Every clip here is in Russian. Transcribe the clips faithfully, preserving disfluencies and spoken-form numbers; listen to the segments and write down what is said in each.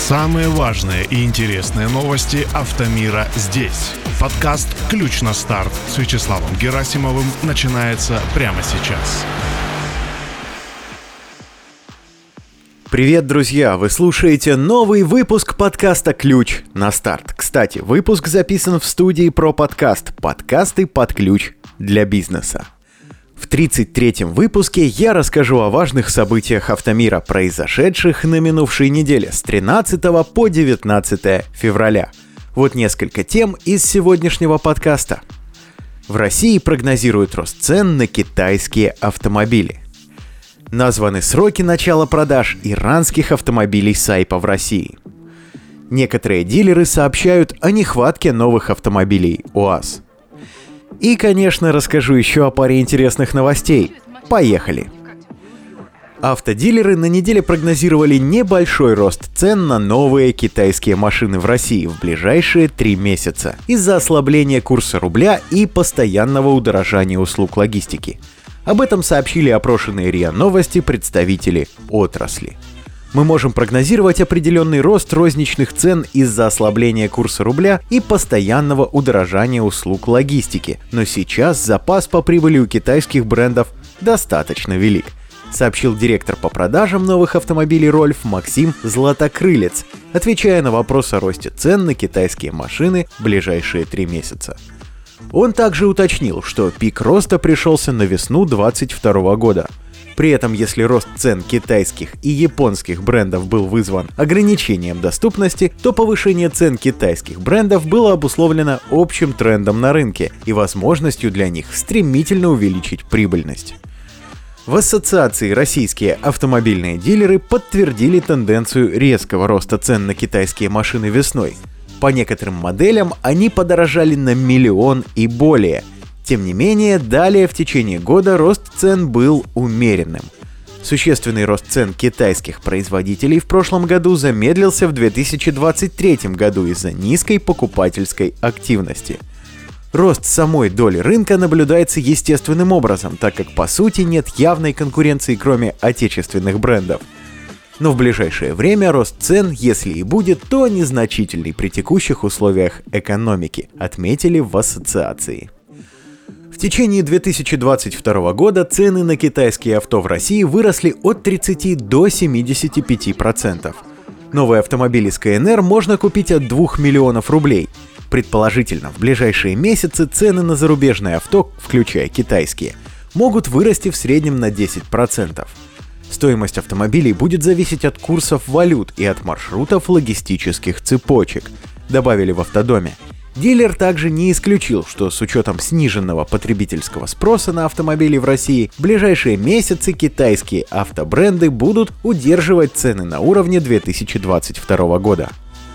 Самые важные и интересные новости автомира здесь. Подкаст «Ключ на старт» с Вячеславом Герасимовым начинается прямо сейчас. Привет, друзья! Вы слушаете новый выпуск подкаста «Ключ на старт». Кстати, выпуск записан в студии про подкаст «Подкасты под ключ для бизнеса». В тридцать третьем выпуске я расскажу о важных событиях автомира, произошедших на минувшей неделе с тринадцатого по девятнадцатое февраля. Вот несколько тем из сегодняшнего подкаста. В России прогнозируют рост цен на китайские автомобили. Названы сроки начала продаж иранских автомобилей Сайпа в России. Некоторые дилеры сообщают о нехватке новых автомобилей УАЗ. И, конечно, расскажу еще о паре интересных новостей. Поехали! Автодилеры на неделе прогнозировали небольшой рост цен на новые китайские машины в России в ближайшие три месяца из-за ослабления курса рубля и постоянного удорожания услуг логистики. Об этом сообщили опрошенные РИА Новости представители отрасли. Мы можем прогнозировать определенный рост розничных цен из-за ослабления курса рубля и постоянного удорожания услуг логистики, но сейчас запас по прибыли у китайских брендов достаточно велик, сообщил директор по продажам новых автомобилей Рольф Максим Златокрылец, отвечая на вопрос о росте цен на китайские машины в ближайшие три месяца. Он также уточнил, что пик роста пришелся на весну двадцать второго года. При этом, если рост цен китайских и японских брендов был вызван ограничением доступности, то повышение цен китайских брендов было обусловлено общим трендом на рынке и возможностью для них стремительно увеличить прибыльность. В ассоциации российские автомобильные дилеры подтвердили тенденцию резкого роста цен на китайские машины весной. По некоторым моделям они подорожали на миллион и более. Тем не менее, далее в течение года рост цен был умеренным. Существенный рост цен китайских производителей в прошлом году замедлился в две тысячи двадцать третьем году из-за низкой покупательской активности. Рост самой доли рынка наблюдается естественным образом, так как по сути нет явной конкуренции, кроме отечественных брендов. Но в ближайшее время рост цен, если и будет, то незначительный при текущих условиях экономики, отметили в ассоциации. В течение две тысячи двадцать второго года цены на китайские авто в России выросли от тридцати до семидесяти пяти процентов. Новые автомобили с КНР можно купить от двух миллионов рублей. Предположительно, в ближайшие месяцы цены на зарубежные авто, включая китайские, могут вырасти в среднем на десять процентов. Стоимость автомобилей будет зависеть от курсов валют и от маршрутов логистических цепочек, добавили в Автодоме. Дилер также не исключил, что с учетом сниженного потребительского спроса на автомобили в России, в ближайшие месяцы китайские автобренды будут удерживать цены на уровне две тысячи двадцать второго года.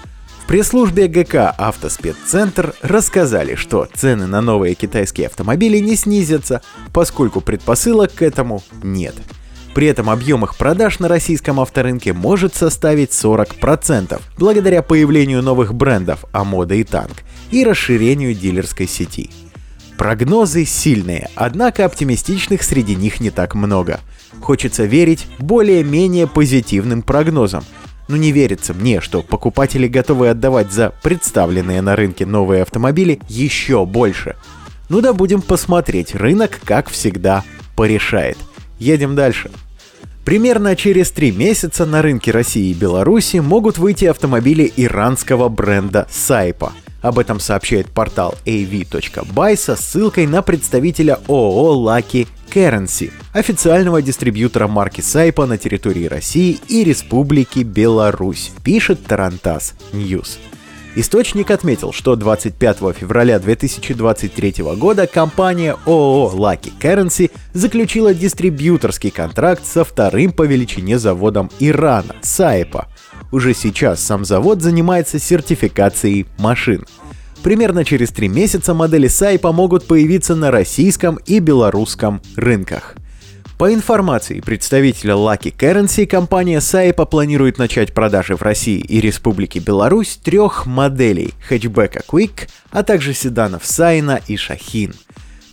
В пресс-службе ГК «Автоспеццентр» рассказали, что цены на новые китайские автомобили не снизятся, поскольку предпосылок к этому нет. При этом объем их продаж на российском авторынке может составить сорок процентов благодаря появлению новых брендов «Амода» и «Танк» и расширению дилерской сети. Прогнозы сильные, однако оптимистичных среди них не так много. Хочется верить более-менее позитивным прогнозам, но не верится мне, что покупатели готовы отдавать за представленные на рынке новые автомобили еще больше. Ну да будем посмотреть, рынок, как всегда, порешает. Едем дальше. Примерно через три месяца на рынке России и Беларуси могут выйти автомобили иранского бренда Сайпа. Об этом сообщает портал эй ви точка бай со ссылкой на представителя ООО Lucky Currency, официального дистрибьютора марки Сайпа на территории России и Республики Беларусь, пишет Тарантас Ньюс. Источник отметил, что двадцать пятого февраля две тысячи двадцать третьего года компания ООО Lucky Currency заключила дистрибьюторский контракт со вторым по величине заводом Ирана – Сайпа. Уже сейчас сам завод занимается сертификацией машин. Примерно через три месяца модели Сайпа могут появиться на российском и белорусском рынках. По информации представителя Lucky Currency, компания Сайпа планирует начать продажи в России и Республике Беларусь трех моделей – хэтчбека Quick, а также седанов Сайна и Шахин.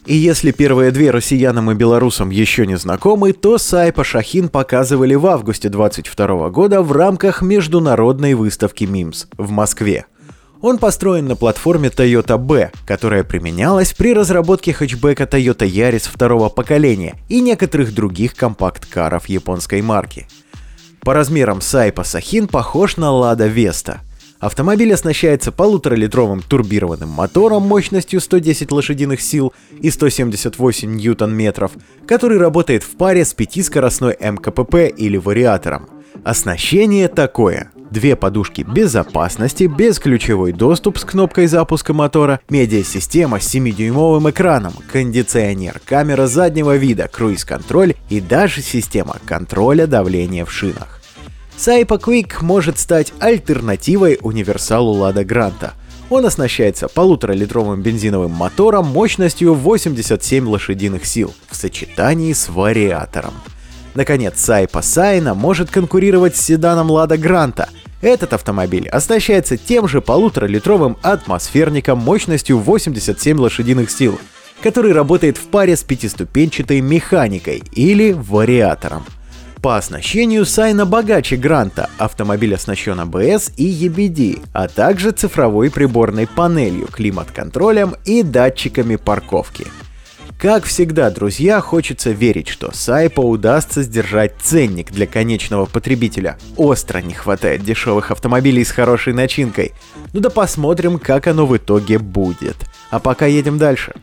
И если первые две россиянам и белорусам еще не знакомы, то Сайпа Шахин показывали в августе двадцать второго года в рамках международной выставки мимс в Москве. Он построен на платформе Toyota B, которая применялась при разработке хэтчбека Toyota Yaris второго поколения и некоторых других компакт-каров японской марки. По размерам Сайпа Шахин похож на Lada Vesta. Автомобиль оснащается полуторалитровым турбированным мотором мощностью сто десять лошадиных сил и сто семьдесят восемь ньютон-метров, который работает в паре с пятискоростной эм ка пэ пэ или вариатором. Оснащение такое: две подушки безопасности, бесключевой доступ с кнопкой запуска мотора, медиасистема с семидюймовым экраном, кондиционер, камера заднего вида, круиз-контроль и даже система контроля давления в шинах. Сайпа Quick может стать альтернативой универсалу Lada Granta. Он оснащается полуторалитровым бензиновым мотором мощностью восемьдесят семь лошадиных сил в сочетании с вариатором. Наконец, Сайпа Scion может конкурировать с седаном Lada Granta. Этот автомобиль оснащается тем же полуторалитровым атмосферником мощностью восемьдесят семь лошадиных сил, который работает в паре с пятиступенчатой механикой или вариатором. По оснащению Scion богаче Гранта, автомобиль оснащен а бэ эс и и би ди, а также цифровой приборной панелью, климат-контролем и датчиками парковки. Как всегда, друзья, хочется верить, что Сайпа удастся сдержать ценник для конечного потребителя. Остро не хватает дешевых автомобилей с хорошей начинкой. Ну да посмотрим, как оно в итоге будет. А пока едем дальше.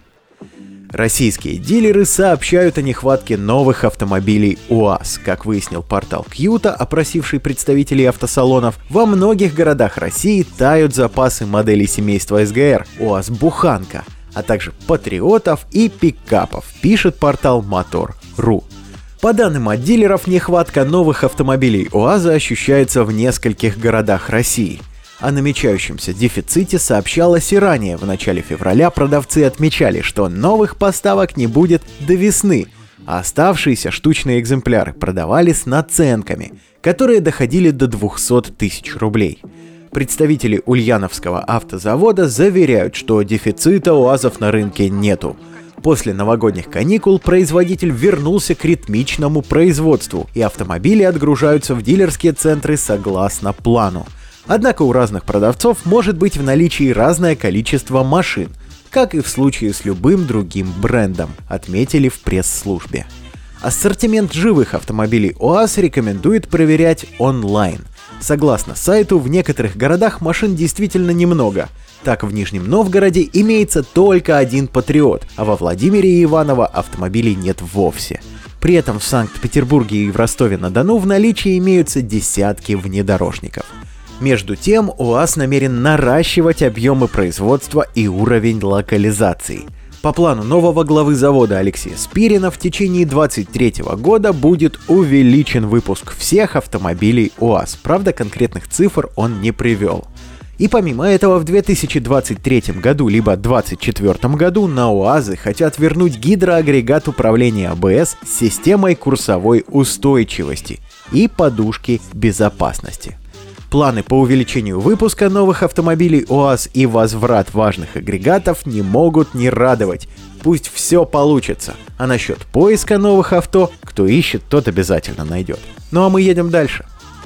Российские дилеры сообщают о нехватке новых автомобилей УАЗ. Как выяснил портал Кьюта, опросивший представителей автосалонов, во многих городах России тают запасы моделей семейства эс гэ эр УАЗ Буханка, а также патриотов и пикапов, пишет портал мотор точка ру. По данным от дилеров, нехватка новых автомобилей УАЗа ощущается в нескольких городах России. О намечающемся дефиците сообщалось и ранее. В начале февраля продавцы отмечали, что новых поставок не будет до весны, а оставшиеся штучные экземпляры продавали с наценками, которые доходили до двухсот тысяч рублей. Представители Ульяновского автозавода заверяют, что дефицита УАЗов на рынке нету. После новогодних каникул производитель вернулся к ритмичному производству, и автомобили отгружаются в дилерские центры согласно плану. Однако у разных продавцов может быть в наличии разное количество машин, как и в случае с любым другим брендом, отметили в пресс-службе. Ассортимент живых автомобилей УАЗ рекомендует проверять онлайн. Согласно сайту, в некоторых городах машин действительно немного. Так, в Нижнем Новгороде имеется только один Патриот, а во Владимире и Иваново автомобилей нет вовсе. При этом в Санкт-Петербурге и в Ростове-на-Дону в наличии имеются десятки внедорожников. Между тем, УАЗ намерен наращивать объемы производства и уровень локализации. По плану нового главы завода Алексея Спирина в течение двадцать третьего года будет увеличен выпуск всех автомобилей УАЗ. Правда, конкретных цифр он не привел. И помимо этого, в две тысячи двадцать третьем году либо две тысячи двадцать четвёртом году на УАЗы хотят вернуть гидроагрегат управления а бэ эс с системой курсовой устойчивости и подушки безопасности. Планы по увеличению выпуска новых автомобилей УАЗ и возврат важных агрегатов не могут не радовать. Пусть все получится. А насчет поиска новых авто, кто ищет, тот обязательно найдет. Ну а мы едем дальше.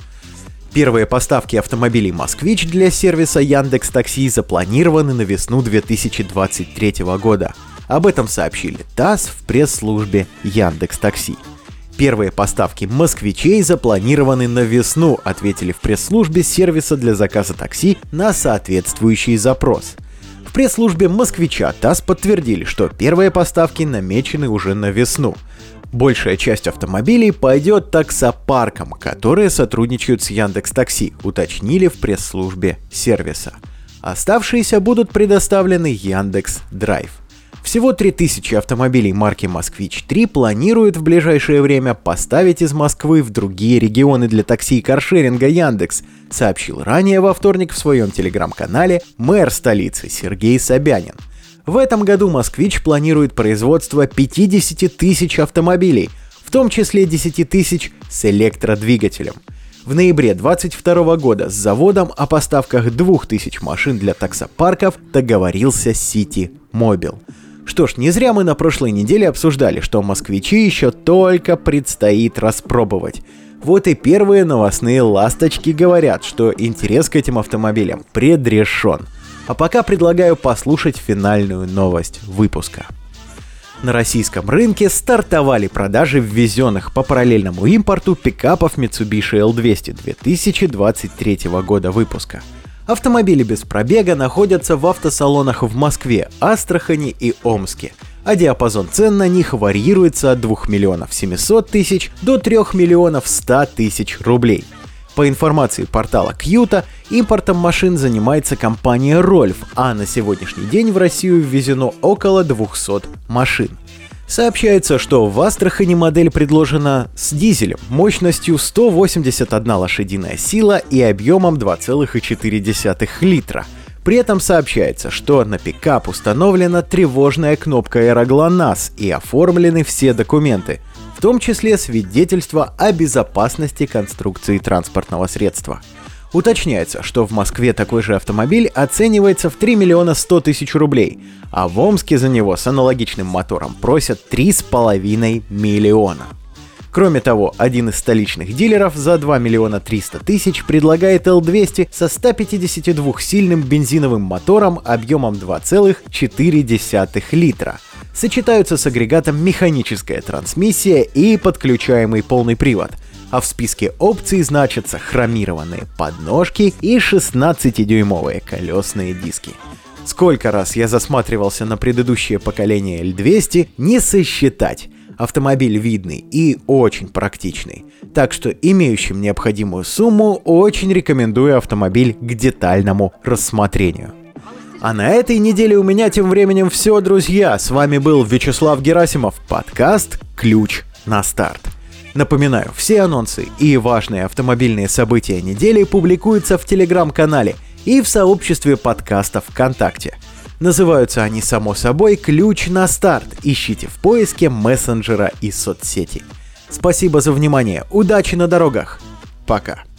Первые поставки автомобилей «Москвич» для сервиса Яндекс.Такси запланированы на весну две тысячи двадцать третьего года. Об этом сообщили ТАСС в пресс-службе Яндекс.Такси. Первые поставки «Москвичей» запланированы на весну, ответили в пресс-службе сервиса для заказа такси на соответствующий запрос. В пресс-службе «Москвича» ТАСС подтвердили, что первые поставки намечены уже на весну. Большая часть автомобилей пойдет таксопаркам, которые сотрудничают с Яндекс.Такси, уточнили в пресс-службе сервиса. Оставшиеся будут предоставлены Яндекс.Драйв. Всего три тысячи автомобилей марки «Москвич три» планируют в ближайшее время поставить из Москвы в другие регионы для такси и каршеринга Яндекс, сообщил ранее во вторник в своем телеграм-канале мэр столицы Сергей Собянин. В этом году «Москвич» планирует производство пятьдесят тысяч автомобилей, в том числе десять тысяч с электродвигателем. В ноябре двадцать второго года с заводом о поставках двух тысяч машин для таксопарков договорился City Mobile. Что ж, не зря мы на прошлой неделе обсуждали, что москвичи еще только предстоит распробовать. Вот и первые новостные ласточки говорят, что интерес к этим автомобилям предрешен. А пока предлагаю послушать финальную новость выпуска. На российском рынке стартовали продажи ввезенных по параллельному импорту пикапов Mitsubishi эл двести две тысячи двадцать третьего года выпуска. Автомобили без пробега находятся в автосалонах в Москве, Астрахани и Омске, а диапазон цен на них варьируется от двух миллионов семисот тысяч до трёх миллионов ста тысяч рублей. По информации портала Кьюта, импортом машин занимается компания Рольф, а на сегодняшний день в Россию ввезено около двухсот машин. Сообщается, что в Астрахани модель предложена с дизелем мощностью сто восемьдесят одна лошадиная сила и объемом два целых четыре десятых литра. При этом сообщается, что на пикап установлена тревожная кнопка «Аэроглонасс» и оформлены все документы, в том числе свидетельство о безопасности конструкции транспортного средства. Уточняется, что в Москве такой же автомобиль оценивается в три миллиона сто тысяч рублей, а в Омске за него с аналогичным мотором просят три с половиной миллиона. Кроме того, один из столичных дилеров за два миллиона триста тысяч предлагает эл двести со ста пятидесятидвухсильным бензиновым мотором объемом два целых четыре десятых литра. Сочетаются с агрегатом механическая трансмиссия и подключаемый полный привод. А в списке опций значатся хромированные подножки и шестнадцатидюймовые колесные диски. Сколько раз я засматривался на предыдущее поколение эл двести, не сосчитать. Автомобиль видный и очень практичный. Так что имеющим необходимую сумму очень рекомендую автомобиль к детальному рассмотрению. А на этой неделе у меня тем временем все, друзья. С вами был Вячеслав Герасимов, подкаст «Ключ на старт». Напоминаю, все анонсы и важные автомобильные события недели публикуются в телеграм-канале и в сообществе подкастов ВКонтакте. Называются они, само собой, «Ключ на старт». Ищите в поиске мессенджера и соцсети. Спасибо за внимание, удачи на дорогах, пока.